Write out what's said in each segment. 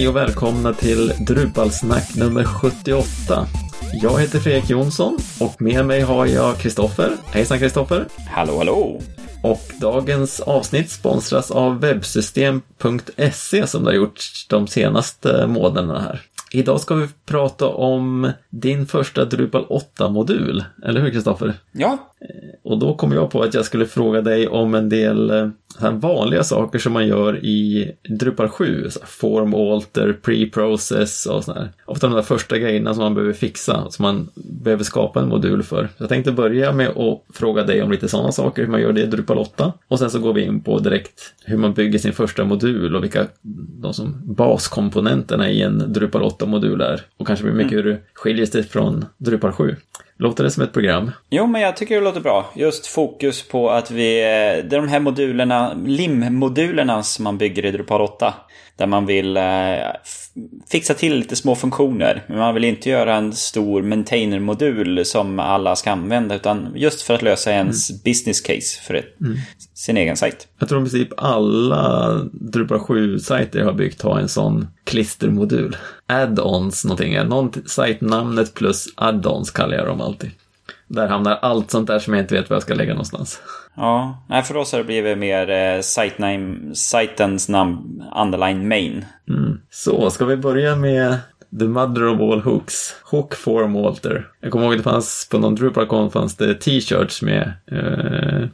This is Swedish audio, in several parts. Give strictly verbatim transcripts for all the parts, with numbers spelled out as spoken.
Hej och välkomna till Drupalsnack nummer sjuttioåtta. Jag heter Fredrik Jonsson och med mig har jag Kristoffer. Hejsan Kristoffer. Hallå, hallå. Och dagens avsnitt sponsras av webbsystem punkt se som det har gjort de senaste månaderna här. Idag ska vi prata om din första Drupal åtta-modul, eller hur Kristoffer? Ja. Och då kom jag på att jag skulle fråga dig om en del här vanliga saker som man gör i Drupal sju. Så form alter, pre-process och sådär. Ofta de där första grejerna som man behöver fixa, som man behöver skapa en modul för. Så jag tänkte börja med att fråga dig om lite sådana saker, hur man gör det i Drupal åtta. Och sen så går vi in på direkt hur man bygger sin första modul och vilka de som baskomponenterna i en Drupal åtta-modul är. Och kanske mycket mm. hur det skiljer sig från Drupal sju. Låter det som ett program? Jo, men jag tycker det låter bra. Just fokus på att vi... Det är de här modulerna, lim-modulerna som man bygger i Drupal åtta. Där man vill eh, fixa till lite små funktioner. Men man vill inte göra en stor maintainer-modul som alla ska använda. Utan just för att lösa ens mm. business case för ett, mm. sin egen sajt. Jag tror i princip alla Drupal sju-sajter jag har byggt har en sån klistermodul. Add-ons någonting. Någon sajtnamnet plus add-ons kallar jag dem alltid. Där hamnar allt sånt där som jag inte vet var jag ska lägga någonstans. Ja, nej, för oss har det blivit mer eh, site-name, sajtens namn, underline main. Mm. Så, ska vi börja med the mother of all hooks. Hook form alter. Jag kommer ihåg att det fanns på någon DrupalCon fanns det t-shirts med eh,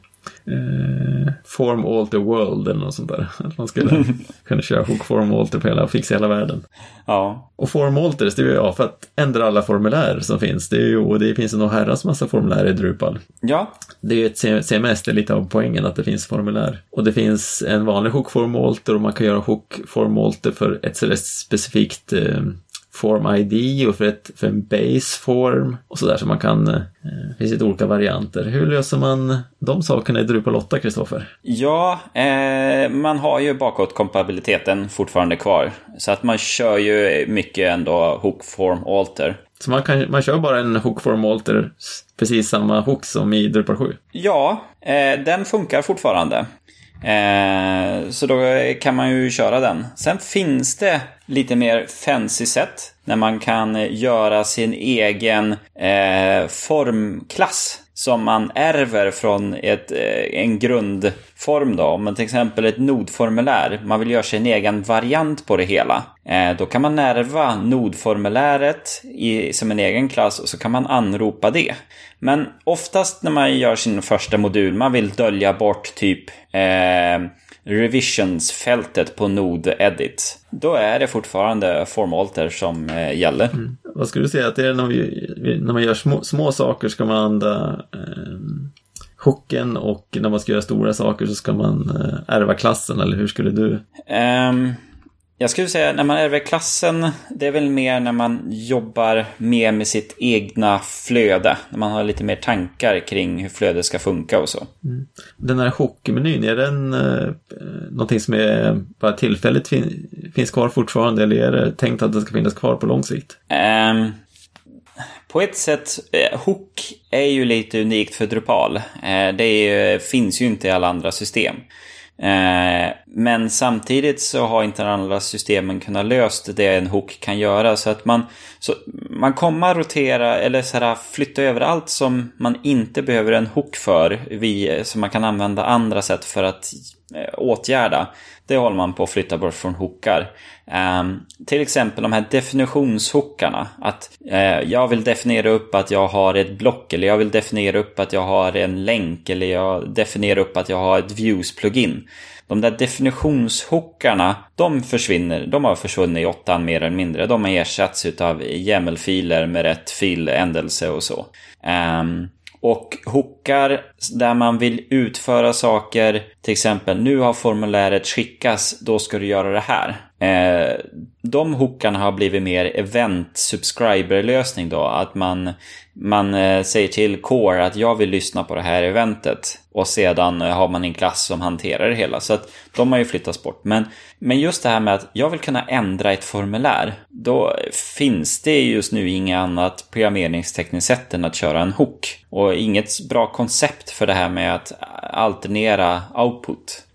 eh, form alter world eller något sånt där. Att man skulle kunna köra hook form alter på hela och fixa hela världen. Ja. Och form alters, det är ju ja, för att ändra alla formulär som finns. Det är ju, och det finns en herrans massa formulär i Drupal. Ja. Det är ju ett C M S, det är lite av poängen att det finns formulär. Och det finns en vanlig hook form alter och man kan göra hook form alter för ett specifikt eh, form I D och för, ett, för en base form och sådär, så man kan, eh, det finns lite olika varianter. Hur löser man de sakerna i Drupal åtta, Kristoffer? Ja, eh, man har ju bakåtkompatibiliteten fortfarande kvar. Så att man kör ju mycket ändå hook form alter. Så man, kan, man kör bara en hook form alter, precis samma hook som i Drupal sju? Ja, eh, den funkar fortfarande. Eh, så då kan man ju köra den. Sen finns det lite mer fancy sätt när man kan göra sin egen eh, formklass som man ärver från ett, en grundform då. Om man till exempel ett nodformulär, man vill göra sig en egen variant på det hela. Eh, då kan man ärva nodformuläret i, som en egen klass och så kan man anropa det. Men oftast när man gör sin första modul, man vill dölja bort typ eh, revisionsfältet på node edit. Då är det fortfarande form alter som eh, gäller. Mm. Vad skulle du säga att det är när, vi, när man gör små, små saker ska man använda eh, hooken, och när man ska göra stora saker så ska man eh, ärva klassen, eller hur skulle du? Um, jag skulle säga när man ärver klassen, det är väl mer när man jobbar mer med sitt egna flöde. När man har lite mer tankar kring hur flödet ska funka och så. Mm. Den här hook-menyn, är den eh, någonting som är bara tillfälligt fin- finns kvar fortfarande, eller är det tänkt att det ska finnas kvar på lång sikt? Um, på ett sätt, eh, hook är ju lite unikt för Drupal. Eh, det är, finns ju inte i alla andra system. Eh, men samtidigt så har inte andra systemen kunnat löst det en hook kan göra, så att man, så man kommer rotera eller så här, flytta över allt som man inte behöver en hook för, vi, som man kan använda andra sätt för att eh, åtgärda. Det håller man på att flytta bort från hookar. Um, till exempel de här definitionshookarna. Att uh, jag vill definiera upp att jag har ett block, eller jag vill definiera upp att jag har en länk, eller jag definierar upp att jag har ett views-plugin. De där definitionshookarna, de försvinner. De har försvunnit i åttan mer eller mindre. De har ersatts av YAML-filer med rätt filändelse och så. Um, Och hookar där man vill utföra saker, till exempel nu har formuläret skickas, då ska du göra det här. Eh, de hookarna har blivit mer event-subscriber-lösning då. Att man, man eh, säger till Core att jag vill lyssna på det här eventet. Och sedan eh, har man en klass som hanterar det hela. Så att de har ju flyttats bort. Men, men just det här med att jag vill kunna ändra ett formulär. Då finns det just nu inget annat programmeringstekniskt sätt än att köra en hook. Och inget bra koncept för det här med att alternera output.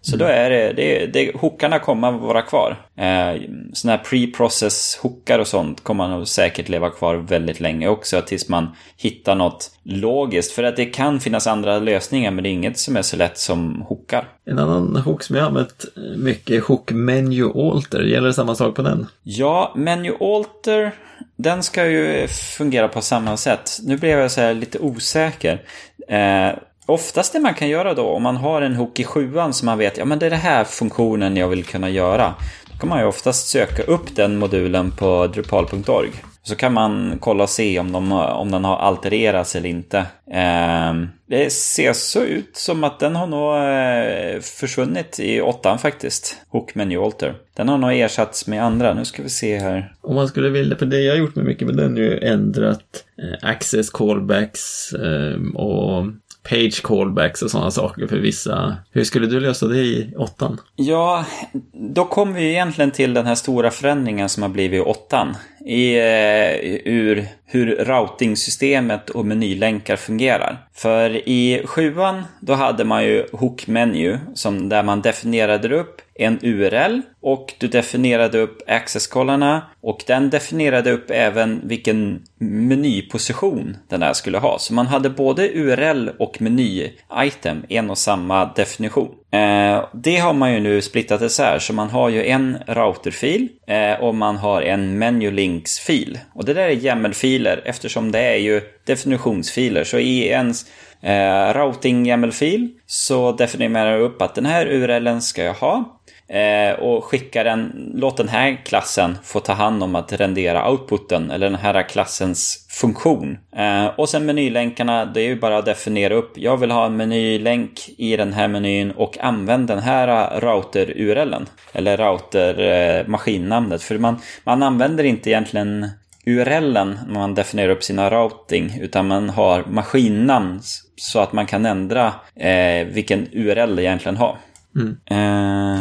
Så mm. då är det, det, det hookarna kommer att vara kvar. Eh, såna här pre-process hookar och sånt kommer nog säkert leva kvar väldigt länge också, tills man hittar något logiskt. För att det kan finnas andra lösningar, men det är inget som är så lätt som hookar. En annan hook som jag har använt mycket är hook menu alter. Gäller det samma sak på den? Ja, menu alter, den ska ju fungera på samma sätt. Nu blev jag så här lite osäker. Eh, oftast det man kan göra då, om man har en hook i sjuan som man vet, ja men det är den här funktionen jag vill kunna göra. Då kan man ju oftast söka upp den modulen på drupal punkt org. Så kan man kolla och se om, de, om den har altererats eller inte. Eh, det ser så ut som att den har nog eh, försvunnit i åttan faktiskt. Hook menu alter. Den har nog ersatts med andra. Nu ska vi se här. Om man skulle vilja, för det jag har gjort med mycket med den är ju ändrat eh, access callbacks eh, och page callbacks och sådana saker för vissa. Hur skulle du lösa det i åttan? Ja, då kommer vi egentligen till den här stora förändringen som har blivit i åttan. I eh, ur hur routingsystemet och menylänkar fungerar. För i sjuan då hade man ju hook menu som där man definierade upp en U R L och du definierade upp access-kollarna och den definierade upp även vilken menyposition den här skulle ha. Så man hade både U R L och meny-item, en och samma definition. Eh, det har man ju nu splittat isär, så man har ju en routerfil eh, och man har en menulinks-fil. Och det där är YAML-filer eftersom det är ju definitionsfiler. Så i en eh, routing-YAML-fil så definierar jag upp att den här U R L:en ska jag ha. Eh, och skickar den, låt den här klassen få ta hand om att rendera outputen eller den här klassens funktion. Eh, och sen menylänkarna, det är ju bara att definiera upp. Jag vill ha en menylänk i den här menyn och använd den här router-U R L:en eller router-maskinnamnet. För man, man använder inte egentligen U R L:en när man definierar upp sina routing, utan man har maskinnamn så att man kan ändra eh, vilken U R L det egentligen har. Mm. Eh,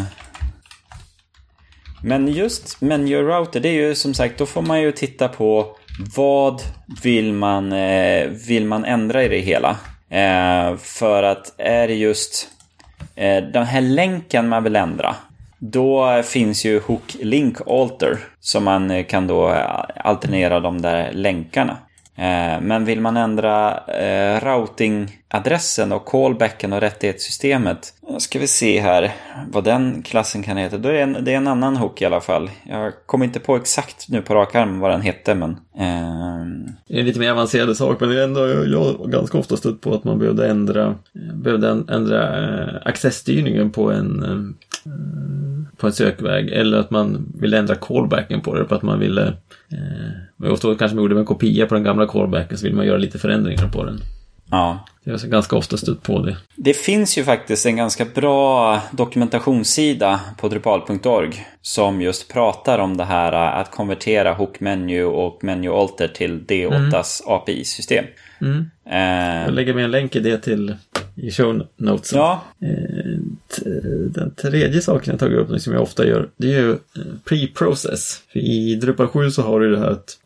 men just menu router, det är ju som sagt, då får man ju titta på vad vill man, eh, vill man ändra i det hela. Eh, för att är det just eh, den här länken man vill ändra, då finns ju hook link alter som man kan då alternera de där länkarna. Eh, men vill man ändra eh, routingadressen och callbacken och rättighetssystemet, ska vi se här vad den klassen kan heta. Då är det, en, det är en annan hook i alla fall. Jag kommer inte på exakt nu på rak arm vad den hette, men eh... det är en lite mer avancerad sak, men det är ändå jag har ganska ofta stött på att man behövde ändra behövde ändra eh, accessstyrningen på en eh, på en sökväg, eller att man ville ändra callbacken på det, för att man ville eh, och då kanske man gjorde med en kopia på den gamla callbacken, så vill man göra lite förändringar på den. Ja. Jag har ganska ofta stött på det. Det finns ju faktiskt en ganska bra dokumentationssida på drupal punkt org som just pratar om det här att konvertera hook menu och menu alter till D åttas mm. A P I-system. Mm. Eh, Jag lägger med en länk i det till i show notes. Ja. Eh, t- den tredje saken jag tagit upp som jag ofta gör, det är ju pre-process. För i Drupal sju så har du det här att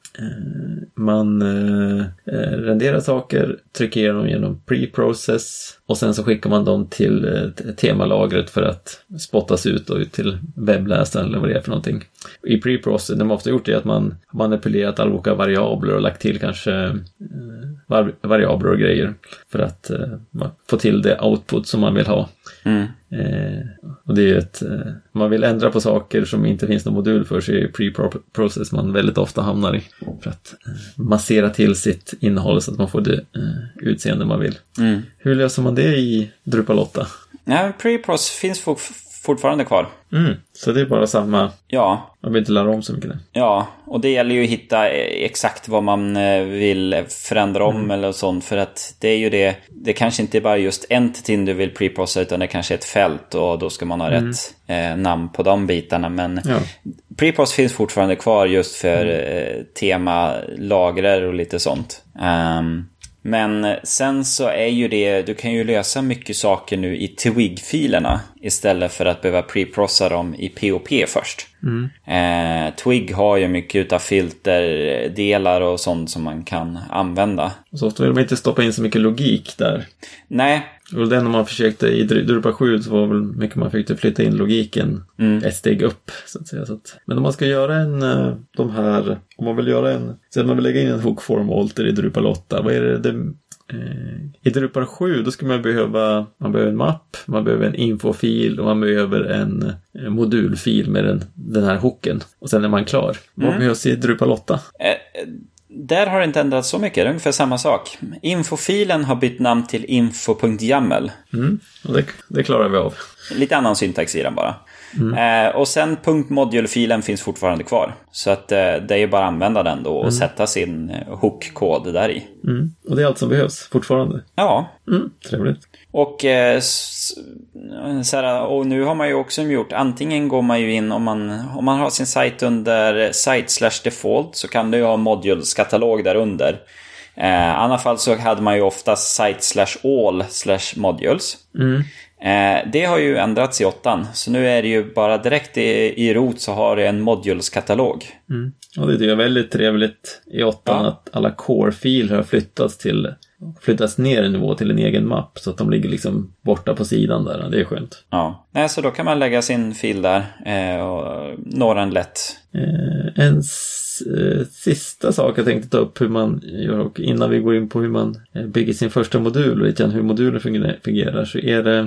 man eh, renderar saker, trycker dem genom pre-process och sen så skickar man dem till eh, temalagret för att spottas ut och ut till webbläsaren eller vad det är för någonting. I pre-process, det man ofta gjort är att man har manipulerat alla olika variabler och lagt till kanske eh, var- variabler och grejer för att eh, få till det output som man vill ha. Mm. Eh, och det är ett, eh, man vill ändra på saker som inte finns någon modul för, så är det pre-process man väldigt ofta hamnar i för att eh, massera till sitt innehåll så att man får det eh, utseende man vill. Mm. Hur löser man det i Drupal åtta? Nej, pre-process finns for- fortfarande kvar. Mm, så det är bara samma. Ja. Man vill inte lära om så mycket. Ja, och det gäller ju att hitta exakt vad man vill förändra om mm. eller sånt, för att det är ju det, det kanske inte är bara just entityn du vill preprocessa, utan det kanske är ett fält och då ska man ha mm. rätt eh, namn på de bitarna, men ja. Preprocess finns fortfarande kvar just för mm. eh, tema, lagrer och lite sånt. Um, Men sen så är ju det, du kan ju lösa mycket saker nu i Twig-filerna istället för att behöva preprossa dem i P O P först. Mm. Eh, Twig har ju mycket av filterdelar och sånt som man kan använda. Och så ofta vill man inte stoppa in så mycket logik där. Nej. Och den om man försökte i Drupal sju så var väl mycket man fick flytta in logiken mm. ett steg upp så att säga. Så att, men om man ska göra en de här, om man vill göra en, så att man vill lägga in en hook form alter i Drupal åtta, vad är det, det eh, i Drupal sju då ska man behöva, man behöver en mapp, man behöver en infofil och man behöver en, en modulfil med den, den här hooken och sen är man klar. Vad mm. behövs i Drupal åtta? Eh, Där har det inte ändrats så mycket, det är ungefär samma sak. Infofilen har bytt namn till info punkt yaml. Mm, och det, det klarar vi av. Lite annan syntax i den bara. Mm. Eh, och sen .module-filen finns fortfarande kvar. Så att eh, det är ju bara att använda den då och mm. sätta sin hook-kod där i. Mm. Och det är allt som behövs fortfarande. Ja. Mm, trevligt. Och, eh, så här, och nu har man ju också gjort, antingen går man ju in om man, om man har sin sajt under site slash default så kan du ju ha modules-katalog där under. Eh, I alla fall så hade man ju oftast site slash all slash modules. Mm. Eh, det har ju ändrats i åttan. Så nu är det ju bara direkt i, i rot så har det en modules-katalog. Mm. Och det är väldigt trevligt i åttan ja. Att alla core-filer har flyttats till flyttas ner en nivå till en egen mapp så att de ligger liksom borta på sidan där. Det är skönt. Ja, nej, så då kan man lägga sin fil där eh, och nå den lätt. Eh, en s- eh, sista sak jag tänkte ta upp hur man gör och innan vi går in på hur man eh, bygger sin första modul och lite hur modulen fungerar, fungerar så är det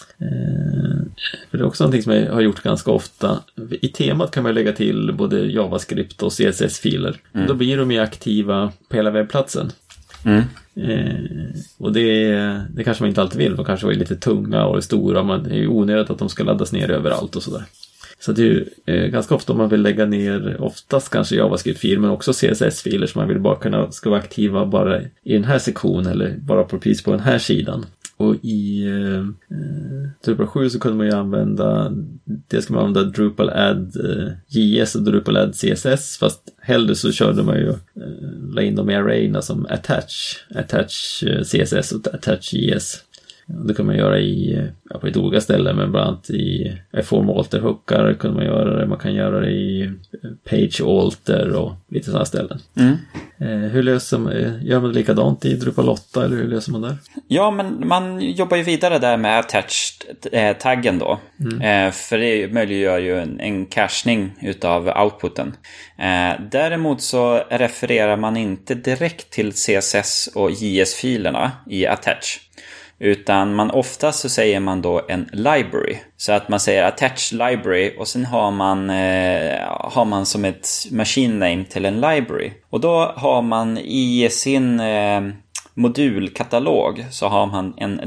eh, för det är också någonting som jag har gjort ganska ofta. I temat kan man lägga till både JavaScript och C S S-filer. Mm. Då blir de ju aktiva på hela webbplatsen. Mm. Eh, och det, det kanske man inte alltid vill. De kanske är lite tunga och stora. Man, det är ju onödigt att de ska laddas ner överallt och sådär. Så det är ju eh, ganska ofta om man vill lägga ner oftast kanske JavaScript-filer men också C S S-filer som man vill bara kunna ska vara aktiva bara i den här sektionen eller bara på precis på den här sidan. Och i eh, Drupal sju så kunde man ju använda det ska man använda Drupal add eh, J S och Drupal add C S S fast hellre så körde man ju eh, la in dem i arrayna som attach attach eh, C S S och attach J S. Det kan man göra i, ja, på ett olika ställen men bland annat i form alter hookar kunde man göra det. Man kan göra det i page alter och lite sådana ställen. Mm. Eh, hur löser man, gör man det likadant i Drupal åtta eller hur löser man där? Ja, men man jobbar ju vidare där med attached-taggen då. Mm. Eh, för det möjliggör ju en, en cachning utav outputen. Eh, däremot så refererar man inte direkt till C S S och J S-filerna i attach. Utan man oftast så säger man då en library. Så att man säger attach library och sen har man, eh, har man som ett machine name till en library. Och då har man i sin eh, modulkatalog så har man en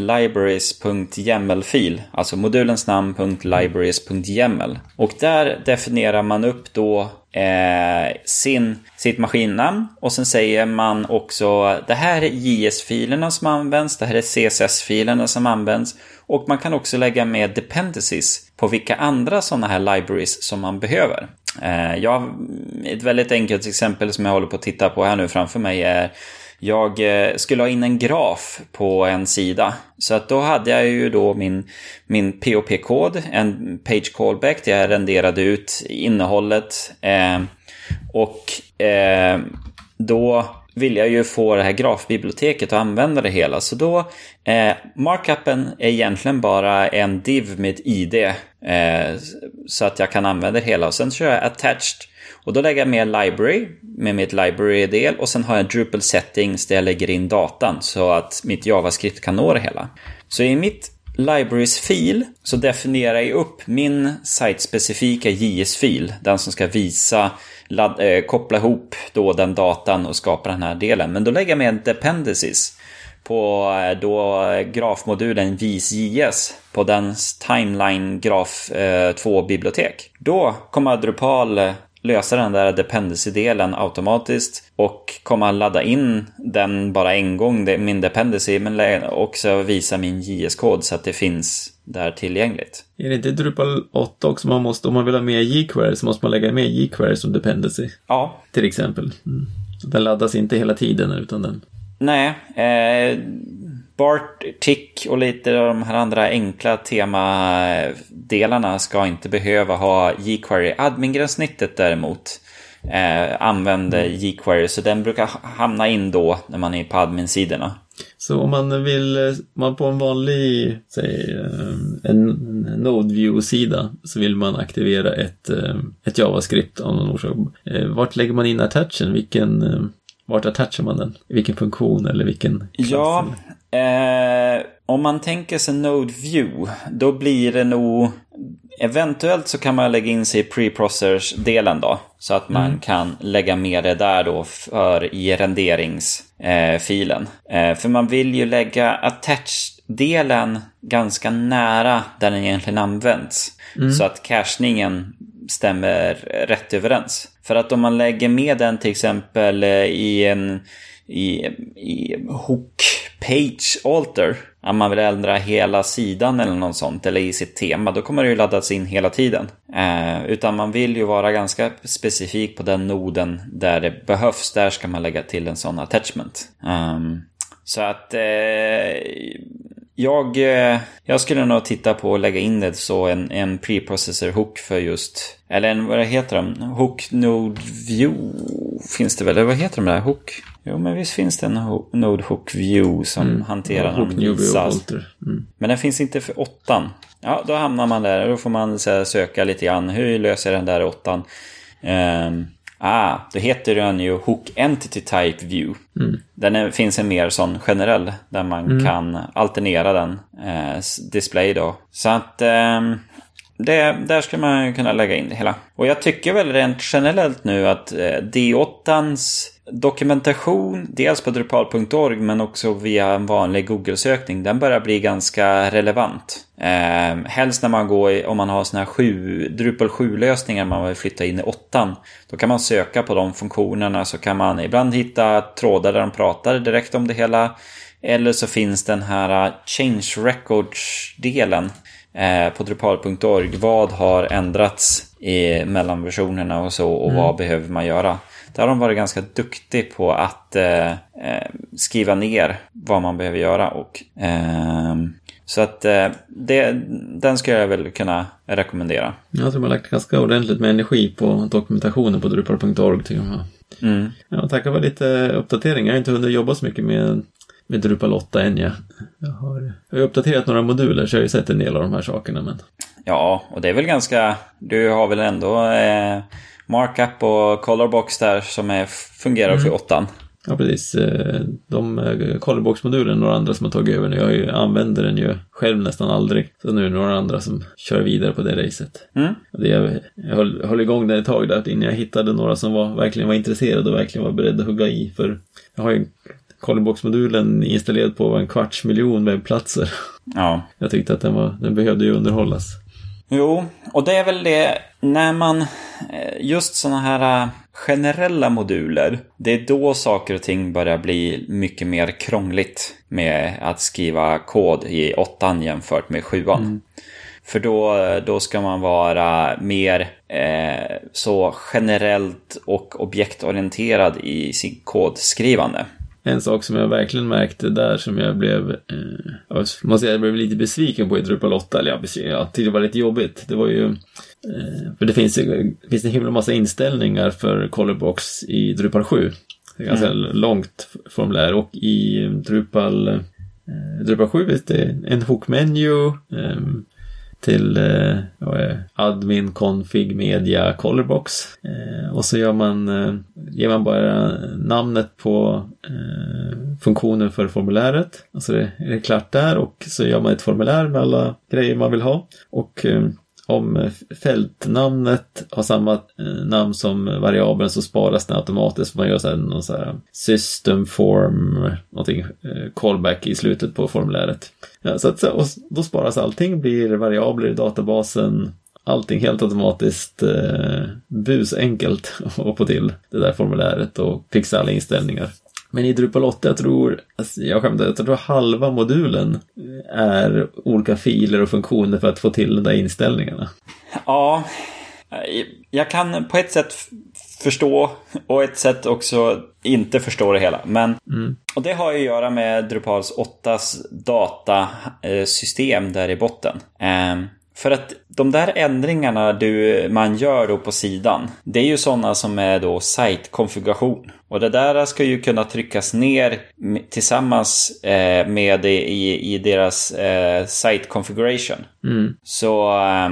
libraries.yaml-fil. Alltså modulens namn.libraries.yaml. Och där definierar man upp då Eh, sin, sitt maskinnamn och sen säger man också det här är J S-filerna som används, det här är C S S-filerna som används och man kan också lägga med dependencies på vilka andra sådana här libraries som man behöver. Eh, jag, ett väldigt enkelt exempel som jag håller på att titta på här nu framför mig är jag skulle ha in en graf på en sida. Så att då hade jag ju då min, min P O P-kod, en page callback där jag renderade ut innehållet. Eh, och eh, då vill jag ju få det här grafbiblioteket och använda det hela. Så då, eh, markupen är egentligen bara en div med ett I D. Eh, så att jag kan använda det hela. Och sen kör jag attached. Och då lägger jag med library med mitt library-del och sen har jag Drupal settings där jag lägger in datan så att mitt JavaScript kan nå det hela. Så i mitt libraries-fil så definierar jag upp min site-specifika J S-fil, den som ska visa, ladd, eh, koppla ihop då den datan och skapa den här delen. Men då lägger jag med dependencies på eh, då grafmodulen vis.js på dens timeline graf eh, två-bibliotek. Då kommer Drupal lösa den där dependency-delen automatiskt och kommer ladda in den bara en gång, min dependency, men också visa min J S-kod så att det finns där tillgängligt. Är det inte Drupal åtta också man måste, om man vill ha med jQuery så måste man lägga med jQuery som dependency? Ja. Till exempel. Mm. Så den laddas inte hela tiden utan den... Nej, eh, Bartik och lite av de här andra enkla temadelarna ska inte behöva ha jQuery. Admin-gränssnittet däremot eh, använder jQuery, så den brukar hamna in då när man är på admin-sidorna. Så om man vill, man på en vanlig, säg, en Node-view-sida, så vill man aktivera ett, ett JavaScript av någon orsak. Vart lägger man in attachen? Vilken, vart attachar man den? Vilken funktion eller vilken klass? Ja, eh, om man tänker sig Node-view, då blir det nog... Eventuellt så kan man lägga in sig i preprocessors-delen då, så att man mm. kan lägga med det där då för i renderingsfilen. Eh, för man vill ju lägga attach-delen ganska nära där den egentligen används. Mm. Så att cachningen stämmer rätt överens. För att om man lägger med den till exempel i en i, i hook page alter, om man vill ändra hela sidan eller något sånt, eller i sitt tema, då kommer det ju laddas in hela tiden. Eh, utan man vill ju vara ganska specifik på den noden där det behövs. Där ska man lägga till en sån attachment. Um, så att eh, jag, jag skulle nog titta på att lägga in det så en, en preprocessor hook för just, eller en, vad heter de? Hook Node View finns det väl, vad heter de där? Hook? Jo, men visst finns det en ho- Node Hook View som mm. hanterar ja, den visas. Mm. Men den finns inte för åttan. Ja, då hamnar man där och då får man så här, söka lite grann. Hur löser den där åttan? Um, ah, då heter den ju Hook Entity Type View. Mm. Den är, finns en mer sån generell där man mm. kan alternera den eh, display då. Så att... Um, Det, där ska man kunna lägga in det hela. Och jag tycker väl rent generellt nu att eh, D åttans dokumentation, dels på Drupal punkt org men också via en vanlig Google-sökning, den börjar bli ganska relevant. Eh, helst när man går i, om man har såna här sju, Drupal sju-lösningar man vill flytta in i åttan, då kan man söka på de funktionerna, så kan man ibland hitta trådar där de pratar direkt om det hela. Eller så finns den här Change Records-delen på Drupal punkt org. Vad har ändrats i mellan versionerna och så, och mm. vad behöver man göra? Där har de varit ganska duktig på att eh, skriva ner vad man behöver göra. Och, eh, så att eh, det, den ska jag väl kunna rekommendera. Jag tror man har lagt ganska ordentligt med energi på dokumentationen på Drupal punkt org, tycker jag. Mm. Ja, tackar för lite uppdatering. Jag har inte hunnit jobba så mycket med med Drupal åtta än. Jag, jag, har, jag har uppdaterat några moduler, så jag har ju sett en del av de här sakerna. Men... Ja, och det är väl ganska... Du har väl ändå eh, markup och colorbox där som är, fungerar mm. för åttan. Ja, precis. De colorbox-modulen och några andra som har tagit över nu. Jag använder den ju själv nästan aldrig. Så nu är det några andra som kör vidare på det racet. Mm. Det jag, jag höll, höll igång den ett tag där innan jag hittade några som var, verkligen var intresserade och verkligen var beredda att hugga i. För jag har ju Colorbox-modulen installerad på en kvarts miljon webbplatser. Ja. Jag tyckte att den, var, den behövde ju underhållas. Jo, och det är väl det när man just såna här generella moduler, det är då saker och ting börjar bli mycket mer krångligt med att skriva kod i åttan jämfört med sjuan. Mm. För då, då ska man vara mer eh, så generellt och objektorienterad i sin kodskrivande. En sak som jag verkligen märkte där, som jag blev eh, jag måste säga, jag blev lite besviken på i Drupal åtta, eller jag, jag tyckte det var lite jobbigt. Det var ju eh, för det finns, det finns en himla massa inställningar för Colorbox i Drupal sju. Det är ganska mm. långt formulär, och i Drupal eh, Drupal sju finns det en hook-menu eh, till eh, admin, config, media, colorbox. Eh, och så gör man, eh, ger man bara namnet på eh, funktionen för formuläret. Alltså det är det klart där, och så gör man ett formulär med alla grejer man vill ha. Och eh, om fältnamnet har samma eh, namn som variabeln, så sparas den automatiskt. Man gör så här, någon så här system form, någonting, eh, callback i slutet på formuläret. Ja, så att, och då sparas allting, blir variabler i databasen, allting helt automatiskt, eh, busenkelt att få till det där formuläret och fixa alla inställningar. Men i Drupal åtta, jag tror, alltså jag skämtar, jag tror halva modulen är olika filer och funktioner för att få till de där inställningarna. Ja, jag kan på ett sätt förstå och ett sätt också inte förstå det hela. Men, mm. och det har ju att göra med Drupals åttas datasystem där i botten. Um, För att de där ändringarna du, man gör då på sidan, det är ju sådana som är då site-konfiguration. Och det där ska ju kunna tryckas ner tillsammans eh, med i, i deras eh, site-configuration. Mm. Så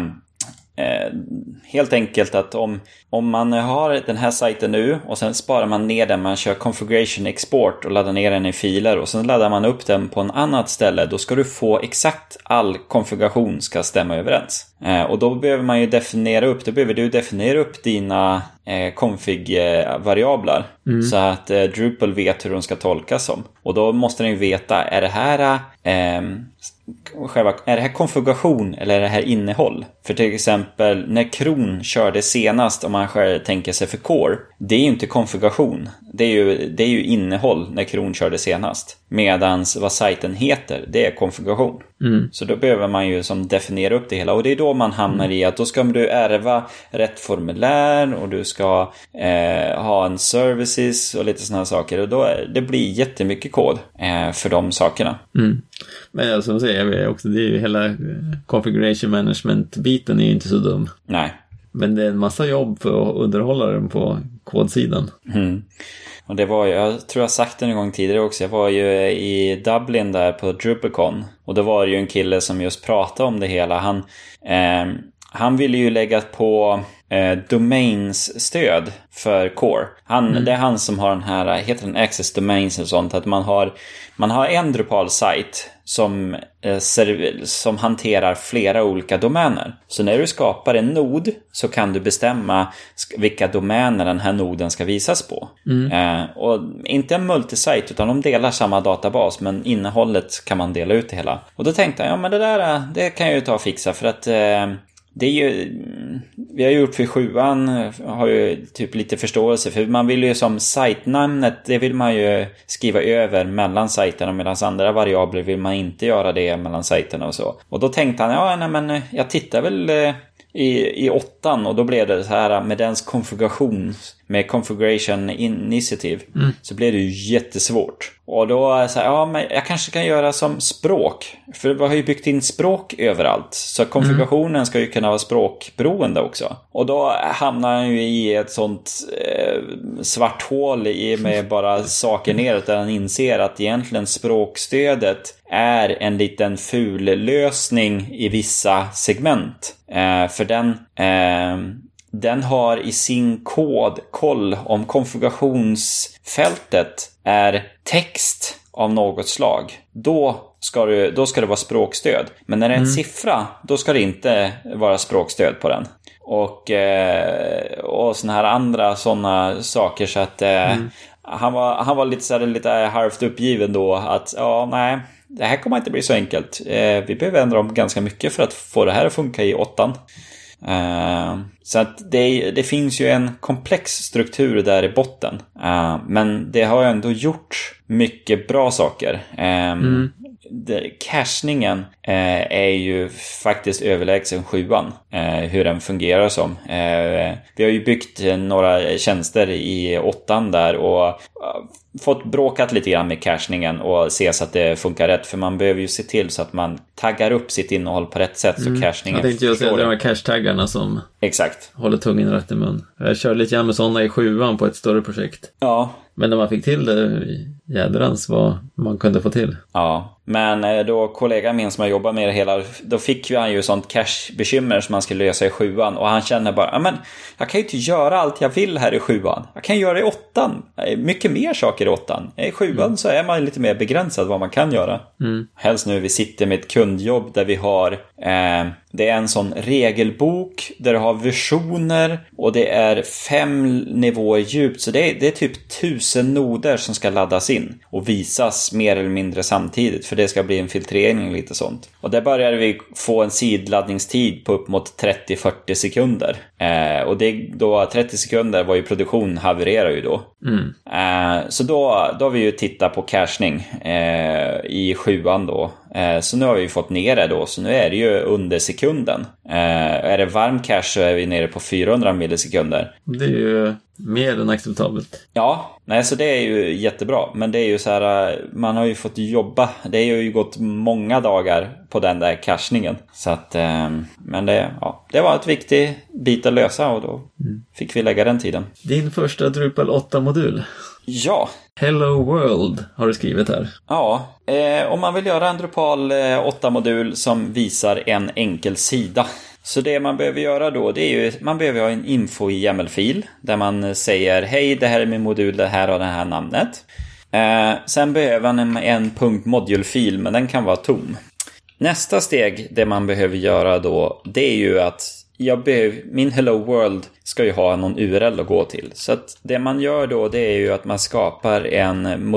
eh, helt enkelt att om, om man har den här sajten nu och sen sparar man ner den, man kör configuration export och laddar ner den i filer och sen laddar man upp den på en annat ställe, då ska du få exakt all konfiguration ska stämma överens. Eh, och då behöver man ju definiera upp, då behöver du definiera upp dina eh, config-variabler mm. så att eh, Drupal vet hur de ska tolkas som. Och då måste den ju veta, är det här eh, själva, är det här konfiguration eller är det här innehåll? För till exempel när Kron körde senast, om man själv tänker sig för Core, det är ju inte konfiguration, det är ju, det är ju innehåll när Kron körde senast. Medans vad sajten heter, det är konfiguration. Mm. Så då behöver man ju som definiera upp det hela. Och det är då man hamnar mm. i att då ska du ärva rätt formulär och du ska eh, ha en services och lite sådana saker. Och då är, det blir jättemycket kod eh, för de sakerna. Mm. Men som säger jag också, det är ju hela configuration management-biten är ju inte så dum. Nej. Men det är en massa jobb för att underhålla den på kodsidan. Mm. Och det var ju, jag tror jag sagt det en gång tidigare också, jag var ju i Dublin där på DrupalCon. Och då var det ju en kille som just pratade om det hela. Han, eh, han ville ju lägga på eh, domains-stöd för Core. Han, mm. Det är han som har den här, heter den Access Domains och sånt, att man har, man har en Drupal-sajt som, eh, serv- som hanterar flera olika domäner. Så när du skapar en nod så kan du bestämma vilka domäner den här noden ska visas på. Mm. Eh, och inte en multisite utan de delar samma databas, men innehållet kan man dela ut det hela. Och då tänkte jag, ja men det där det kan jag ju ta och fixa för att eh, det är ju, vi har gjort för sjuan, har ju typ lite förståelse för man vill ju som sajtnamnet, det vill man ju skriva över mellan sajterna, medan andra variabler vill man inte göra det mellan sajterna och så. Och då tänkte han, ja nej men jag tittar väl i, i åttan och då blev det så här med dens konfiguration, med configuration initiative, mm. så blev det ju jättesvårt. Och då så här, ja men jag kanske kan göra som språk, för vi har ju byggt in språk överallt, så konfigurationen mm. ska ju kunna vara språkberoende också. Och då hamnar han ju i ett sånt eh, svart hål i med bara saker neråt, där han inser att egentligen språkstödet är en liten ful lösning i vissa segment. Eh, för den eh, den har i sin kod koll om konfigurationsfältet är text av något slag. Då ska, du, då ska det vara språkstöd. Men när det är en mm. siffra, då ska det inte vara språkstöd på den. Och, eh, och såna här andra sådana saker, så att eh, mm. han, var, han var lite, så här, lite halvt uppgiven då att ja, nej, det här kommer inte bli så enkelt. Eh, vi behöver ändra om ganska mycket för att få det här att funka i åttan. Uh, så att det, det finns ju en komplex struktur där i botten, uh, men det har ju ändå gjort mycket bra saker. um, mm. det, cachningen uh, är ju faktiskt överlägsen sjuan, uh, hur den fungerar som. uh, vi har ju byggt några tjänster i åttan där och uh, fått bråkat lite grann med cachningen och se så att det funkar rätt, för man behöver ju se till så att man taggar upp sitt innehåll på rätt sätt, så mm. cachningen. Jag tänkte ju säga de här cache-taggarna som exakt håller tungen rätt i mun. Jag körde lite grann med sådana i sjuan på ett större projekt. Ja. Men när man fick till det, jädrans vad man kunde få till. Ja, men då kollegan min som har jobbat med det hela, då fick ju han ju sånt cache-bekymmer som man skulle lösa i sjuan. Och han känner bara, ja men jag kan ju inte göra allt jag vill här i sjuan. Jag kan göra det i åttan. Mycket mer saker i åttan. I sjuan mm. så är man lite mer begränsad vad man kan göra. Mm. Helst nu vi sitter med ett kundjobb där vi har eh, det är en sån regelbok där du har versioner och det är fem nivåer djupt. Så det är, det är typ tusen noder som ska laddas in och visas mer eller mindre samtidigt, för det ska bli en filtrering och lite sånt. Och där började vi få en sidladdningstid på upp mot trettio till fyrtio sekunder. Eh, och det, då trettio sekunder var ju produktion havererar ju då. Mm. Eh, så då, då har vi ju tittat på cachning eh, i sjuan då. Eh, så nu har vi fått ner det då, så nu är det ju under sekunden. Eh, är det varm cache så är vi nere på fyrahundra millisekunder. Det är ju mer än acceptabelt. Ja, nej, så det är ju jättebra. Men det är ju så här, man har ju fått jobba. Det har ju gått många dagar på den där cachningen. Så att, eh, men det, ja, det var ett viktigt bit att lösa och då mm. fick vi lägga den tiden. Din första Drupal åtta-modul. Ja. Hello World har du skrivit här. Ja, eh, om man vill göra en Drupal åtta-modul som visar en enkel sida. Så det man behöver göra då, det är ju, man behöver ha en info i YAML-fil där man säger hej, det här är min modul, det här har det här namnet. Eh, sen behöver man en, en .module-fil, men den kan vara tom. Nästa steg, det man behöver göra då, det är ju att jag behöver, min Hello World ska ju ha någon U R L att gå till. Så att det man gör då, det är ju att man skapar en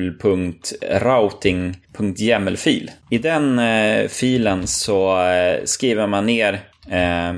modul.routing.yaml-fil. I den eh, filen så eh, skriver man ner eh,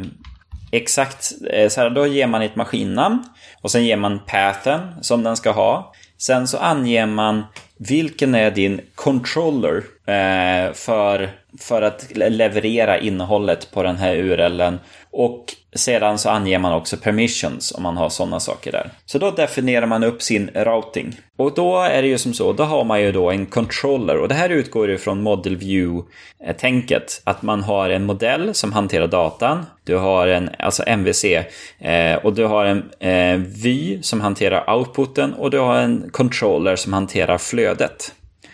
exakt, eh, så här, då ger man ett maskinnamn och sen ger man pathen som den ska ha. Sen så anger man vilken är din controller eh, för, för att leverera innehållet på den här U R L:en. Och sedan så anger man också permissions om man har sådana saker där. Så då definierar man upp sin routing. Och då är det ju som så, då har man ju då en controller. Och det här utgår ju från model view-tänket. Att man har en modell som hanterar datan. Du har en, alltså M V C. Eh, och du har en eh, vy som hanterar outputen. Och du har en controller som hanterar flödet.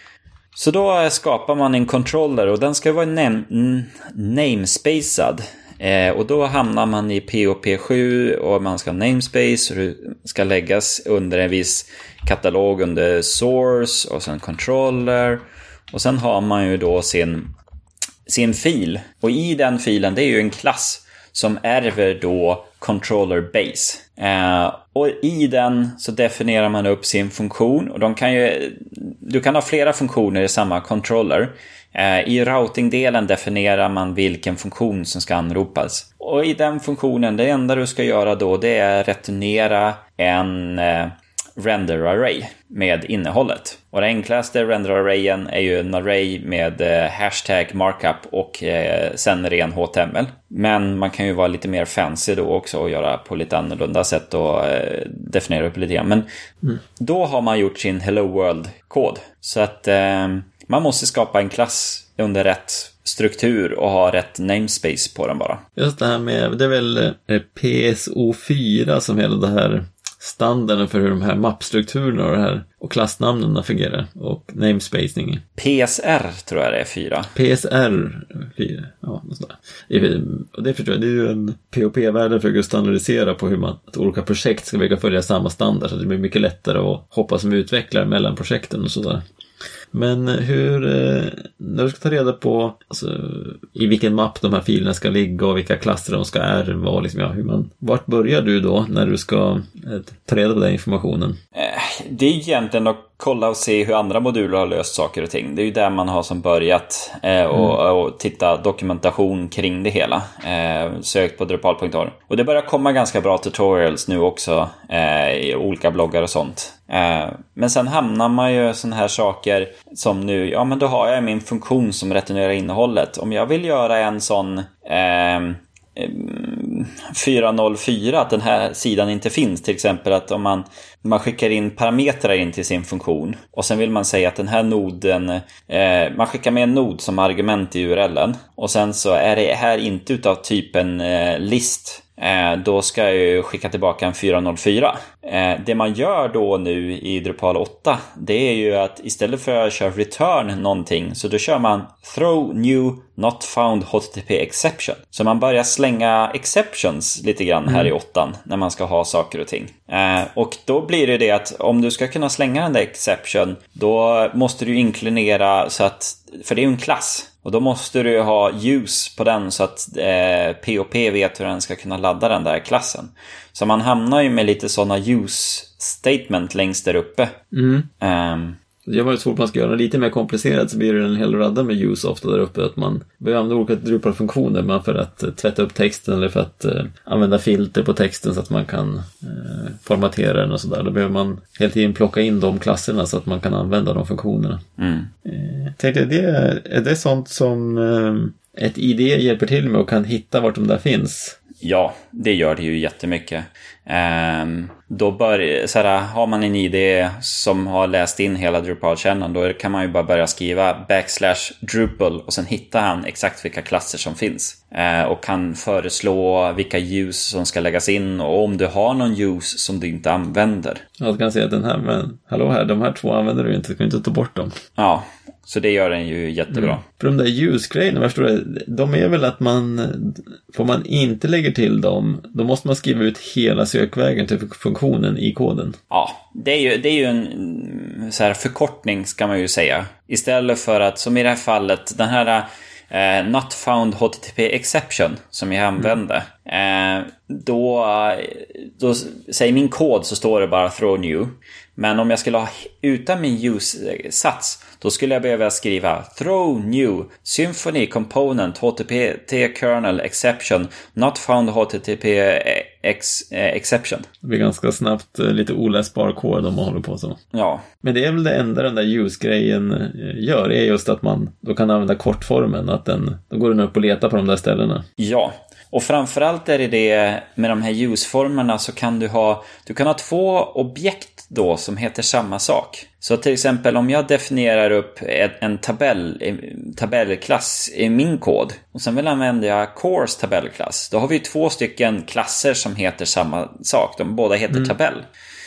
Så då skapar man en controller och den ska vara nam- namespacad. Eh, och då hamnar man i P O P sju och man ska ha namespace och det ska läggas under en viss katalog under source och sen controller. Och sen har man ju då sin, sin fil. Och i den filen, det är ju en klass som ärver då controller base. Eh, och i den så definierar man upp sin funktion. Och de kan ju, du kan ha flera funktioner i samma controller. Eh, I routing-delen definierar man vilken funktion som ska anropas. Och i den funktionen, det enda du ska göra då, det är returnera en eh, render array med innehållet. Och den enklaste render arrayen är ju en array med eh, hashtag markup och eh, sen ren H T M L. Men man kan ju vara lite mer fancy då också och göra på lite annorlunda sätt och eh, definiera upp lite grann. Men mm. då har man gjort sin Hello World-kod. Så att eh, man måste skapa en klass under rätt struktur och ha rätt namespace på den bara. Just det här med, det är väl P S O fyra som hela det här standarden för hur de här mappstrukturerna och det här och klassnamnen fungerar och namespacing. P S R tror jag det är fyra. P S R fyra, ja, sådär. Och det förstår jag, det är ju en P O P-värde för att standardisera på hur man, att olika projekt ska vilja följa samma standard så det blir mycket lättare att hoppa som utvecklare mellan projekten och sådär. Men hur, när du ska ta reda på alltså, i vilken mapp de här filerna ska ligga och vilka klasser de ska ärva och liksom, ja, hur man, vart börjar du då när du ska eh, ta reda på den informationen? Det är egentligen att kolla och se hur andra moduler har löst saker och ting. Det är ju där man har som börjat eh, och, mm. och titta dokumentation kring det hela. Eh, sökt på drupal punkt org. Och det börjar komma ganska bra tutorials nu också eh, i olika bloggar och sånt. Eh, men sen hamnar man ju såna här saker som nu, ja men då har jag min funktion som returnerar innehållet. Om jag vill göra en sån eh, fyra noll fyra, att den här sidan inte finns, till exempel att om man, man skickar in parametrar in till sin funktion och sen vill man säga att den här noden eh, man skickar med en nod som argument i U R L:en och sen så är det här inte utav typen eh, list, eh, då ska jag ju skicka tillbaka en fyra noll fyra. Eh, det man gör då nu i Drupal åtta, det är ju att istället för att köra return någonting, så då kör man throw new not found H T T P exception. Så man börjar slänga exceptions lite grann här mm. i åttan när man ska ha saker och ting. Eh, och då blir det det att om du ska kunna slänga den där exception, då måste du inklinera så att, för det är ju en klass, och då måste du ha use på den så att eh, P O P vet hur den ska kunna ladda den där klassen. Så man hamnar ju med lite sådana use statement längst där uppe. Mm. Um, Det var ju svårt, man ska göra det lite mer komplicerat så blir det en hel radda med use ofta där uppe, att man behöver använda olika Drupal-funktioner men för att uh, tvätta upp texten eller för att uh, använda filter på texten så att man kan uh, formatera den och sådär. Då behöver man hela tiden plocka in de klasserna så att man kan använda de funktionerna. Mm. Uh, tänkte, det är, är det sånt som uh, ett I D hjälper till med och kan hitta vart de där finns? Ja, det gör det ju jättemycket. Um, då bör, så här, har man en I D som har läst in hela Drupal-kärnan, då kan man ju bara börja skriva backslash Drupal och sen hittar han exakt vilka klasser som finns. Uh, och kan föreslå vilka use som ska läggas in och om du har någon use som du inte använder. Jag kan säga att den här, men hallå här, de här två använder du inte, du kan inte ta bort dem. Ja, så det gör den ju jättebra. Mm. För de där use-grejerna, förstår du, de är väl att man, får man inte lägger till dem, då måste man skriva ut hela sökvägen till funktionen i koden. Ja, det är ju, det är ju en så här förkortning ska man ju säga. Istället för att, som i det här fallet, den här eh, not found H T T P exception som jag använde. Mm. Eh, då, då säger min kod så står det bara throw new. Men om jag skulle ha utan min use-sats, då skulle jag behöva skriva throw new Symfony component H T T P kernel exception not found H T T P ex, eh, exception. Det blir ganska snabbt eh, lite oläsbar kod om man håller på så. Ja. Men det är väl det enda den där use-grejen gör, är just att man då kan använda kortformen, att den, då går den upp och letar på de där ställena. Ja. Och framförallt är det det med de här use-formerna, så kan du ha du kan ha två objekt då som heter samma sak. Så till exempel om jag definierar upp en tabell, tabellklass i min kod och sen vill använda jag course tabellklass, då har vi två stycken klasser som heter samma sak. De båda heter mm. tabell.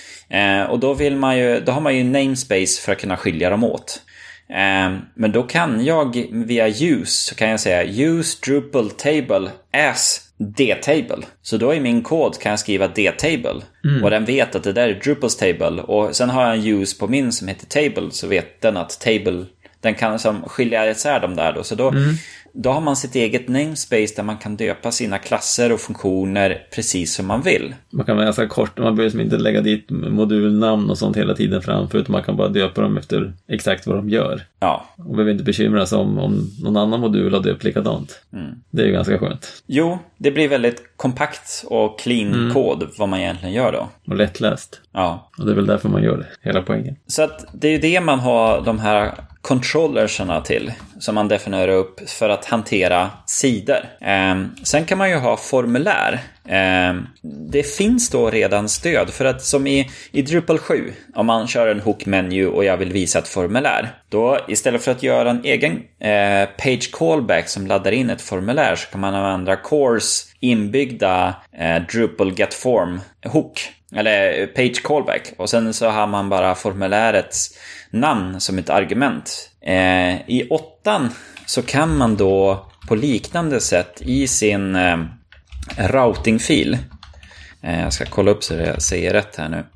Eh, och då vill man ju, då har man ju namespace för att kunna skilja dem åt. Eh, men då kan jag via use så kan jag säga use Drupal table as D-table. Så då i min kod kan jag skriva D-table. Mm. Och den vet att det där är Drupals table. Och sen har jag en use på min som heter table. Så vet den att table, den kan som skilja isär dem där då. Så då, mm. då har man sitt eget namespace där man kan döpa sina klasser och funktioner precis som man vill. Man kan vara ganska kort, man behöver inte lägga dit modulnamn och sånt hela tiden framför, utan man kan bara döpa dem efter exakt vad de gör. Ja. Och behöver inte bekymra sig om, om någon annan modul har döpt likadant. Mm. Det är ju ganska skönt. Jo, det blir väldigt kompakt och clean mm. kod vad man egentligen gör då. Och lättläst. Ja. Och det är väl därför man gör det, hela poängen. Så att det är ju det man har de här controllersarna till, som man definierar upp för att hantera sidor. Eh, sen kan man ju ha formulär. Eh, det finns då redan stöd för att, som i, i Drupal sju, om man kör en hook-menu och jag vill visa ett formulär, då istället för att göra en egen eh, page callback som laddar in ett formulär, så kan man använda Cores inbyggda eh, Drupal get form hook eller page callback, och sen så har man bara formulärets namn som ett argument. Eh, I åttan så kan man då på liknande sätt i sin eh, routingfil, eh, jag ska kolla upp så jag säger rätt här nu.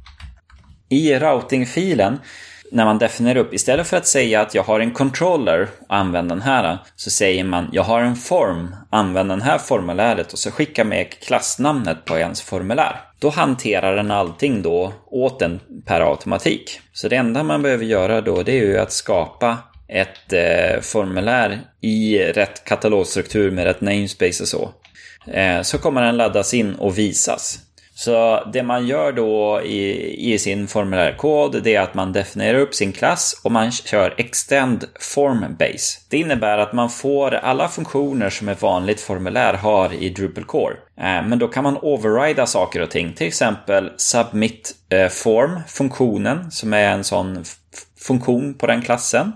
I routingfilen, när man definierar upp, istället för att säga att jag har en controller och använder den här, så säger man jag har en form, använd den här formuläret, och så skickar med klassnamnet på ens formulär. Då hanterar den allting då åt en per automatik. Så det enda man behöver göra då, det är ju att skapa ett eh, formulär i rätt katalogstruktur med rätt namespace och så. Eh, så kommer den laddas in och visas. Så det man gör då i, i sin formulärkod, det är att man definierar upp sin klass och man kör extend form base. Det innebär att man får alla funktioner som ett vanligt formulär har i Drupal core. Eh, men då kan man overrida saker och ting. Till exempel submit eh, form, funktionen som är en sån f- funktion på den klassen.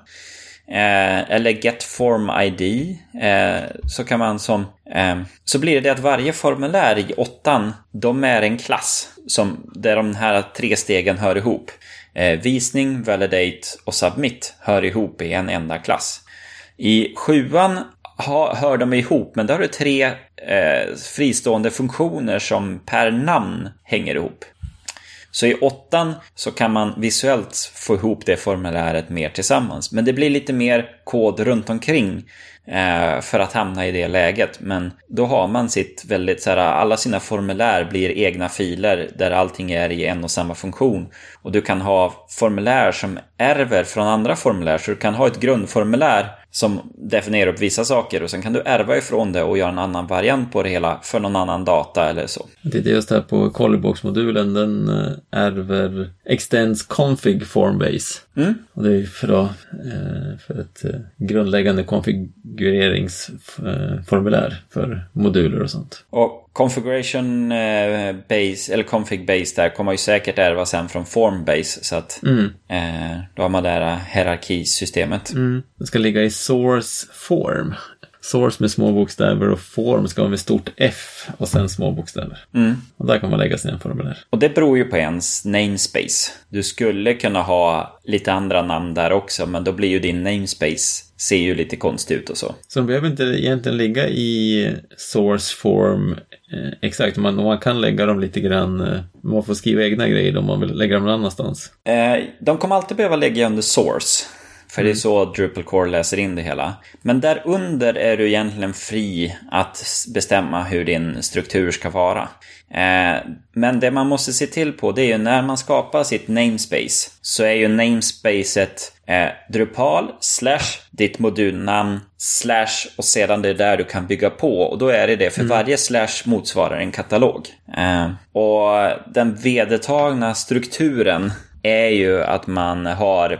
Eh, eller get form I D, eh, så kan man som eh, så blir det att varje formulär i åttan, de är en klass som, där de här tre stegen hör ihop. eh, visning, validate och submit hör ihop i en enda klass. I sjuan ha, hör de ihop, men där har du tre eh, fristående funktioner som per namn hänger ihop. Så i åttan så kan man visuellt få ihop det formuläret mer tillsammans. Men det blir lite mer kod runt omkring eh, för att hamna i det läget. Men då har man sitt väldigt så här, alla sina formulär blir egna filer där allting är i en och samma funktion. Och du kan ha formulär som ärver från andra formulär. Så du kan ha ett grundformulär som definierar upp vissa saker och sen kan du ärva ifrån det och göra en annan variant på det hela för någon annan data eller så. Det är just här på Colibox-modulen, den ärver extends config formbase. Mm. Och det är för, då, för ett grundläggande konfigureringsformulär för moduler och sånt. Och configuration base eller config base där kommer ju säkert ärva sen från form base så att mm. eh, då har man det här hierarkisystemet. Mm. Det ska ligga i source form. Source med små bokstäver och form ska vara med stort F och sen små bokstäver. Mm. Och där kan man lägga sina formulär. Och det beror ju på ens namespace. Du skulle kunna ha lite andra namn där också, men då blir ju din namespace ser ju lite konstigt ut och så. Så de behöver inte egentligen ligga i source form eh, exakt. Man, man kan lägga dem lite grann, eh, man får skriva egna grejer om man vill lägga dem någon annanstans. Eh, de kommer alltid behöva lägga under source. För mm. det är så Drupal core läser in det hela. Men där under är du egentligen fri att bestämma hur din struktur ska vara. Eh, men det man måste se till på det är ju när man skapar sitt namespace. Så är ju namespacet eh, Drupal slash ditt modulnamn slash och sedan det är där du kan bygga på. Och då är det det för mm. varje slash motsvarar en katalog. Eh, och den vedertagna strukturen är ju att man har...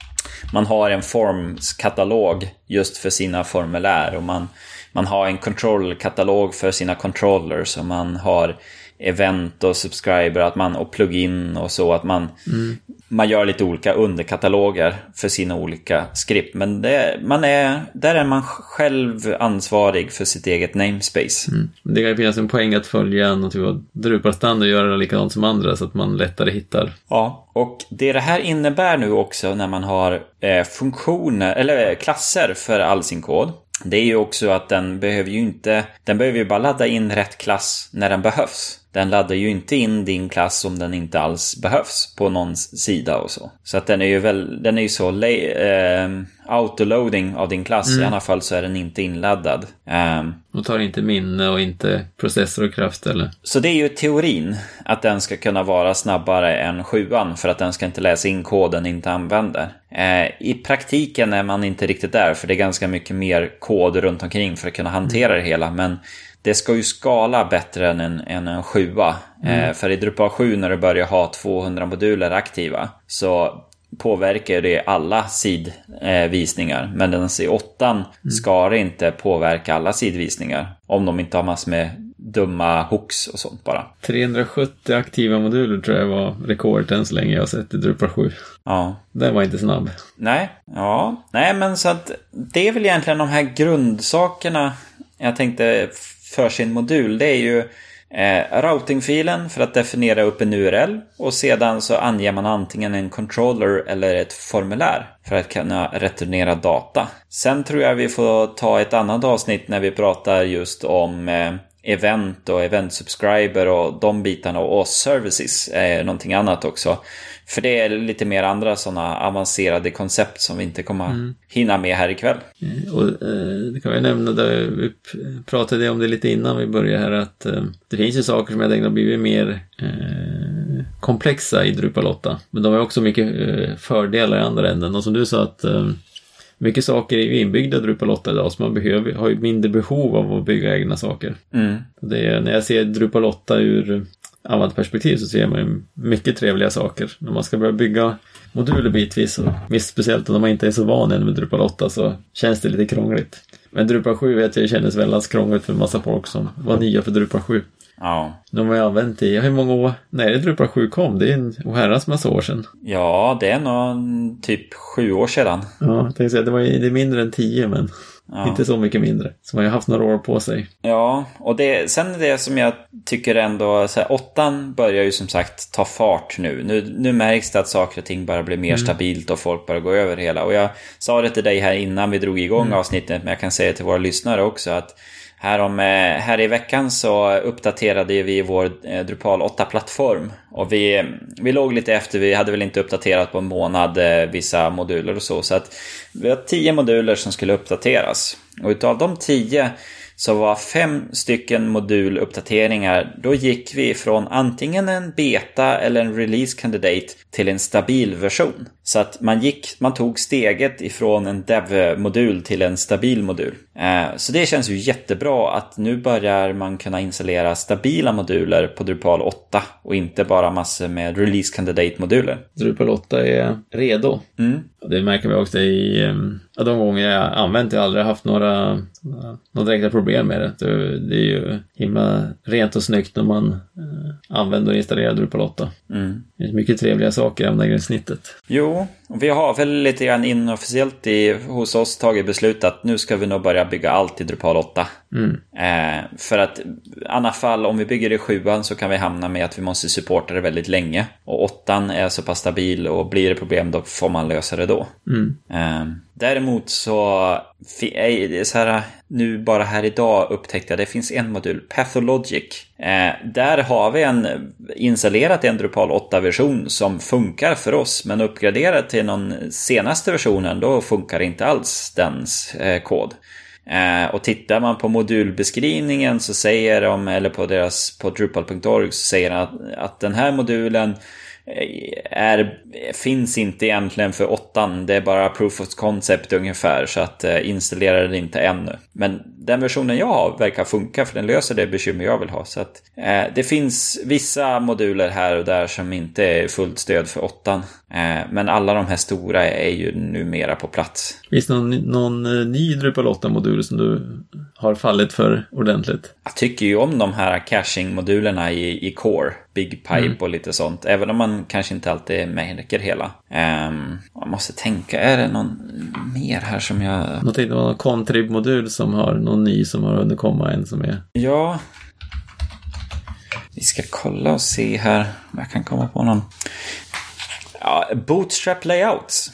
Man har en formskatalog just för sina formulär och man, man har en control-katalog för sina controllers och man har event och subscriber att man, och plugin och så att man, mm. man gör lite olika underkataloger för sina olika skript. Men det, man är, där är man själv ansvarig för sitt eget namespace. Mm. Det kan finnas en poäng att följa något typ av Drupal-standard och göra det likadant som andra så att man lättare hittar. Ja, och det det här innebär nu också när man har eh, funktioner eller klasser för all sin kod. Det är ju också att den behöver ju inte, den behöver ju bara ladda in rätt klass när den behövs. Den laddar ju inte in din klass om den inte alls behövs på någon sida och så. Så att den är ju väl, den är ju så eh, autoloading av din klass. Mm. I alla fall så är den inte inladdad. Um, och tar inte minne och inte processor och kraft eller? Så det är ju teorin att den ska kunna vara snabbare än sjuan för att den ska inte läsa in koden inte använder. Eh, I praktiken är man inte riktigt där för det är ganska mycket mer kod runt omkring för att kunna hantera det hela. Men det ska ju skala bättre än en, än en sjua. Mm. Eh, för i Drupal sju när du börjar ha tvåhundra moduler aktiva så påverkar det alla sidvisningar. Eh, Men den i åttan mm. ska det inte påverka alla sidvisningar om de inte har massor med dumma hooks och sånt bara. trehundrasjuttio aktiva moduler tror jag var rekordet än så länge jag har sett i Drupal sju. Ja. Den var inte snabb. Nej, ja. Nej, men så att det är väl egentligen de här grundsakerna jag tänkte för sin modul. Det är ju eh, routingfilen för att definiera upp en U R L och sedan så anger man antingen en controller eller ett formulär för att kunna returnera data. Sen tror jag vi får ta ett annat avsnitt när vi pratar just om eh, event och event subscriber och de bitarna och services är någonting annat också. För det är lite mer andra sådana avancerade koncept som vi inte kommer mm. hinna med här ikväll. Och eh, det kan jag nämna, där vi pratade om det lite innan vi började här, att eh, det finns ju saker som jag tänkte har blivit mer eh, komplexa i Drupal åtta. Men de har också mycket eh, fördelar i andra änden. Och som du sa att eh, mycket saker är inbyggda i Drupal åtta idag så man behöver, har ju mindre behov av att bygga egna saker. Mm. Det är, när jag ser Drupal åtta ur använt perspektiv så ser man ju mycket trevliga saker. När man ska börja bygga moduler bitvis och speciellt om man inte är så van än med Drupal åtta så känns det lite krångligt. Men Drupal sju vet jag kändes väldigt krångligt för en massa folk som var nya för Drupal sju. Ja. De har ju använt i, hur många år, när det Drupal sju kom? Det är en oherrans massa år sedan. Ja, det är nog typ sju år sedan. Ja, jag tänkte säga, det var ju, det är mindre än tio men... Ja. Inte så mycket mindre. Så man har ju haft några år på sig. Ja, och det, sen det som jag tycker ändå så här, åttan börjar ju som sagt ta fart nu. Nu, nu märks det att saker och ting bara blir mer mm. stabilt och folk bara går över hela. Och jag sa det till dig här innan vi drog igång mm. avsnittet, men jag kan säga till våra lyssnare också att Här, om, här i veckan så uppdaterade vi vår Drupal åtta-plattform. Och vi, vi låg lite efter, vi hade väl inte uppdaterat på en månad vissa moduler och så. Så att vi har tio moduler som skulle uppdateras. Och utav de tio så var fem stycken moduluppdateringar. Då gick vi från antingen en beta eller en release candidate till en stabil version. Så att man gick, man tog steget ifrån en dev-modul till en stabil modul. Så det känns ju jättebra att nu börjar man kunna installera stabila moduler på Drupal åtta och inte bara massor med release candidate-moduler. Drupal åtta är redo. Mm. Det märker vi också i ja, de gånger jag använt. Jag har aldrig haft några, några direkta problem med det. Det är ju himla rent och snyggt när man eh, använder och installerar Drupal åtta. Mm. Det är mycket trevliga saker även i snittet. Jo, vi har väl lite grann inofficiellt i, hos oss tagit beslut att nu ska vi nog börja bygga allt i Drupal åtta. Mm. Eh, för att i alla fall om vi bygger i sjuan så kan vi hamna med att vi måste supporta det väldigt länge. Och åttan är så pass stabil och blir det problem då får man lösa det då. Mm. Eh, däremot så är det så här, nu bara här idag upptäckte jag det finns en modul, Pathologic. Eh, där har vi en installerat en Drupal åtta-version som funkar för oss, men uppgraderat till någon senaste versionen då funkar inte alls dens eh, kod. Eh, och tittar man på modulbeskrivningen så säger de, eller på deras på drupal punkt org så säger de att, att den här modulen är, finns inte egentligen för åttan. Det är bara proof of concept ungefär, så att eh, installera det inte ännu. Men den versionen jag har verkar funka, för den löser det bekymmer jag vill ha. Så att eh, det finns vissa moduler här och där som inte är fullt stöd för åttan. Eh, men alla de här stora är ju numera på plats. Finns det någon, någon ny Drupal åtta-modul som du har fallit för ordentligt? Jag tycker ju om de här caching-modulerna i, i Core, Big Pipe mm. och lite sånt. Även om man kanske inte alltid märker hela. Um, jag måste tänka, är det någon mer här som jag... Jag tänkte någon contrib-modul som har någon ny som har hunnit komma en som är... Ja. Vi ska kolla och se här om jag kan komma på någon. Ja, Bootstrap Layouts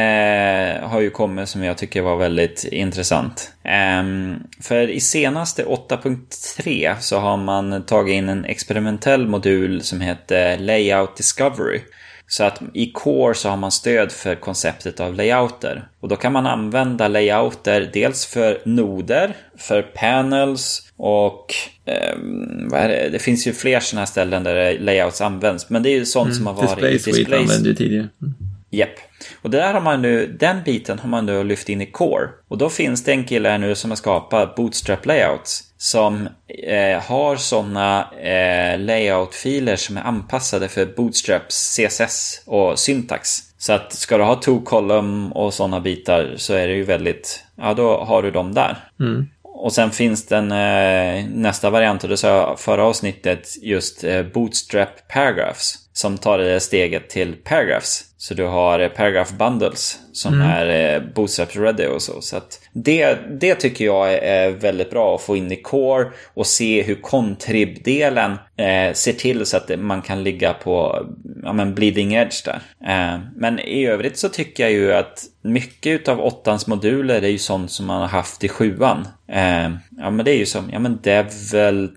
eh, har ju kommit som jag tycker var väldigt intressant. Eh, för i senaste åtta punkt tre så har man tagit in en experimentell modul som heter Layout Discovery. Så att i Core så har man stöd för konceptet av layouter. Och då kan man använda layouter dels för noder, för panels och eh, vad är det? Det finns ju fler sådana här ställen där layouts används. Men det är ju sånt mm, som har varit display i displays. Suite använde ju tidigare. Mm. Japp. Och det där har man nu, den biten har man nu lyft in i Core. Och då finns det en kille här nu som har skapat Bootstrap Layouts som eh, har sådana eh, layout-filer som är anpassade för Bootstraps C S S och syntax. Så att ska du ha two column och sådana bitar så är det ju väldigt, ja då har du dem där. Mm. Och sen finns den eh, nästa variant, och det sa jag förra avsnittet, just eh, Bootstrap Paragraphs som tar det steget till Paragraphs. Så du har Paragraph Bundles som mm. är eh, Bootstrap Ready och så. Så att det, det tycker jag är väldigt bra att få in i Core och se hur contrib-delen eh, ser till så att man kan ligga på ja, men bleeding edge där. Eh, men i övrigt så tycker jag ju att mycket av åttans moduler är ju sånt som man har haft i sjuan. Eh, ja men det är ju som ja, men Devel,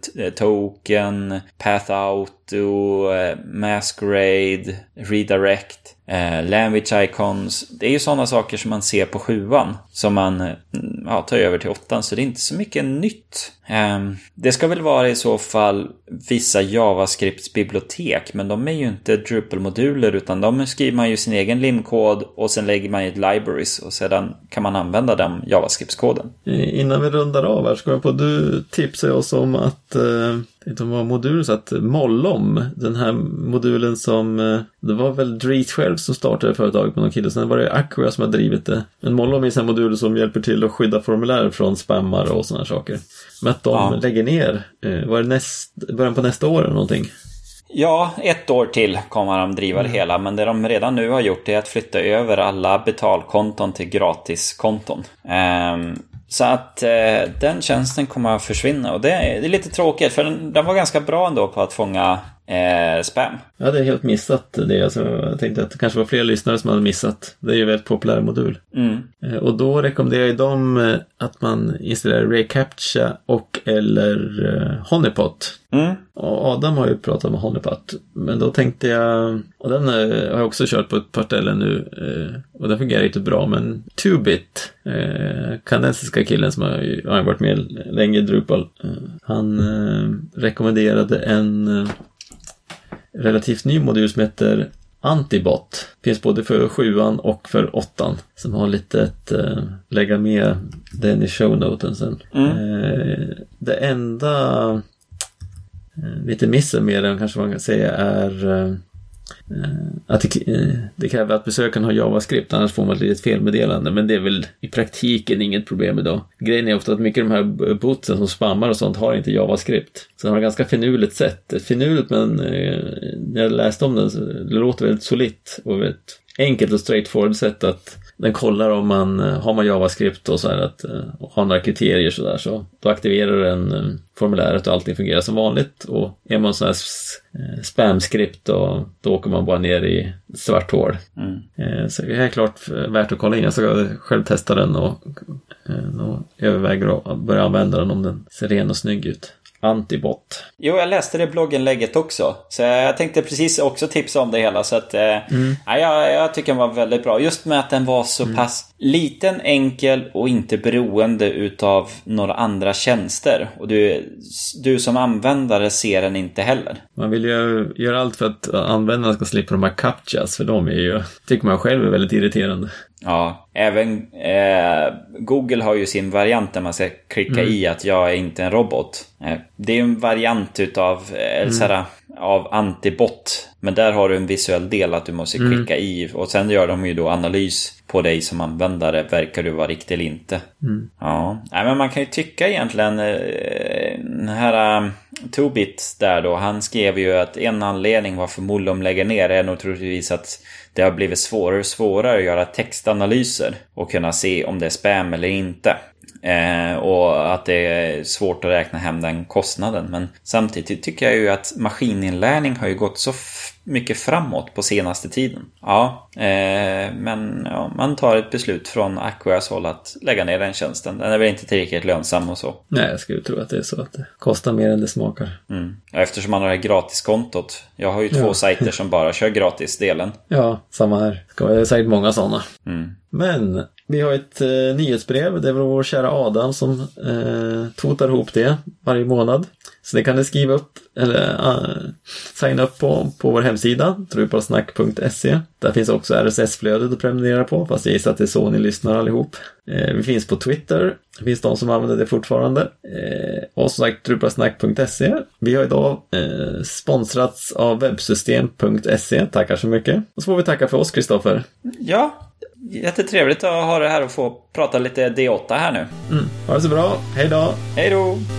Token, Path Auto, eh, Masquerade, Redirect, eh, Language Icons. Det är ju sådana saker som man ser på sjuan som man ja, tar över till åttan, så det är inte så mycket nytt. Eh, det ska väl vara i så fall vissa JavaScript-bibliotek, men de är ju inte Drupal-moduler utan de skriver man ju sin egen limkod och sen lägger man i ett libraries och sedan kan man använda den JavaScript-koden. Innan vi rundar av här ska jag på, du tipsade oss om att eh, det var moduler så att Mollom, den här modulen som eh, det var väl Dries själv som startade företaget på någon kille, sen var det Acquia som har drivit det. Men Mollom är en modul som hjälper till att skydda formulär från spammar och sådana saker. Men att de ja. lägger ner, eh, var det näst, början på nästa år eller någonting? Ja, ett år till kommer de driva det hela. Men det de redan nu har gjort är att flytta över alla betalkonton till gratiskonton. Um, så att uh, den tjänsten kommer att försvinna. Och det är, det är lite tråkigt, för den, den var ganska bra ändå på att fånga eh, spam. Jag hade helt missat det. Alltså, jag tänkte att det kanske var fler lyssnare som hade missat. Det är ju en väldigt populär modul. Mm. Eh, och då rekommenderar jag dem eh, att man installerar RayCaptcha och eller eh, Honeypot. Mm. Och Adam har ju pratat om Honeypot. Men då tänkte jag, och den eh, har jag också kört på ett par ställen nu. Eh, och den fungerar inte bra. Men Two-Bit, eh, kanadensiska killen som har, har varit med länge i Drupal. Eh, han eh, rekommenderade en eh, relativt ny modul som heter Antibot. Finns både för sjuan och för åttan. Som har lite ett, äh, lägga med den i shownoten sen. Mm. Äh, det enda äh, lite missen med den kanske man kan säga är äh, att det, äh, det kräver att besökaren har JavaScript, annars får man ett litet felmeddelande, men det är väl i praktiken inget problem idag. Grejen är ofta att mycket av de här bootsen som spammar och sånt har inte JavaScript. Så den har ett ganska finurligt sätt. Finurligt, men eh, när jag läste om den så det låter väldigt solitt och väldigt enkelt och straightforward sätt att den kollar om man har man JavaScript och så här att och har några kriterier så där, så då aktiverar den formuläret och allting fungerar som vanligt, och är man sån här spamskript och då åker man bara ner i svart hål. Mm. Så det är klart värt att kolla in. Jag ska själv testa den och, och överväger att börja använda den om den ser ren och snygg ut. Antibot. Jo, jag läste det blogginlägget också. Så jag tänkte precis också tipsa om det hela. Så att, mm. ja, jag, jag tycker den var väldigt bra. Just med att den var så mm. pass liten, enkel och inte beroende utav några andra tjänster. Och du, du som användare ser den inte heller. Man vill ju göra allt för att användarna ska slippa de här captchas. För de är ju, tycker man själv är väldigt irriterande. Ja, även eh, Google har ju sin variant där man ska klicka mm. i att jag är inte en robot. Eh, det är ju en variant utav eh, mm. såhär, av antibot. Men där har du en visuell del att du måste klicka mm. i. Och sen gör de ju då analys på dig som användare. Verkar du vara riktig eller inte? Mm. Ja, nej, men man kan ju tycka egentligen eh, den här um, Two-Bit där då. Han skrev ju att en anledning varför Mollom lägger ner är nog troligtvis att det har blivit svårare och svårare att göra textanalyser och kunna se om det är spam eller inte. Eh, och att det är svårt att räkna hem den kostnaden. Men samtidigt tycker jag ju att maskininlärning har ju gått så f- mycket framåt på senaste tiden. Ja, eh, men ja, man tar ett beslut från Acquires håll att lägga ner den tjänsten. Den är väl inte tillräckligt lönsam och så. Nej, jag skulle tro att det är så att det kostar mer än det smakar. Mm. Ja, eftersom man har det gratiskontot. Jag har ju två ja. sajter som bara kör gratisdelen. Ja, samma här. Jag har säkert många sådana. Mm. Men vi har ett eh, nyhetsbrev. Det var vår kära Adam som eh, totar ihop det varje månad. Så det kan ni skriva upp eller uh, signa upp på på vår hemsida drupalsnack punkt se. Där finns också R S S-flödet att prenumerera på, fast jag gissar att det är så ni lyssnar allihop. Eh, vi finns på Twitter. Det finns de som använder det fortfarande. Eh, och som sagt drupalsnack punkt se. Vi har idag eh, sponsrats av webbsystem punkt se. Tackar så mycket. Och så får vi tacka för oss, Kristoffer. Ja, jättetrevligt att ha det här och få prata lite D åtta här nu. Mm. Ha det så bra. Hej då. Hej då.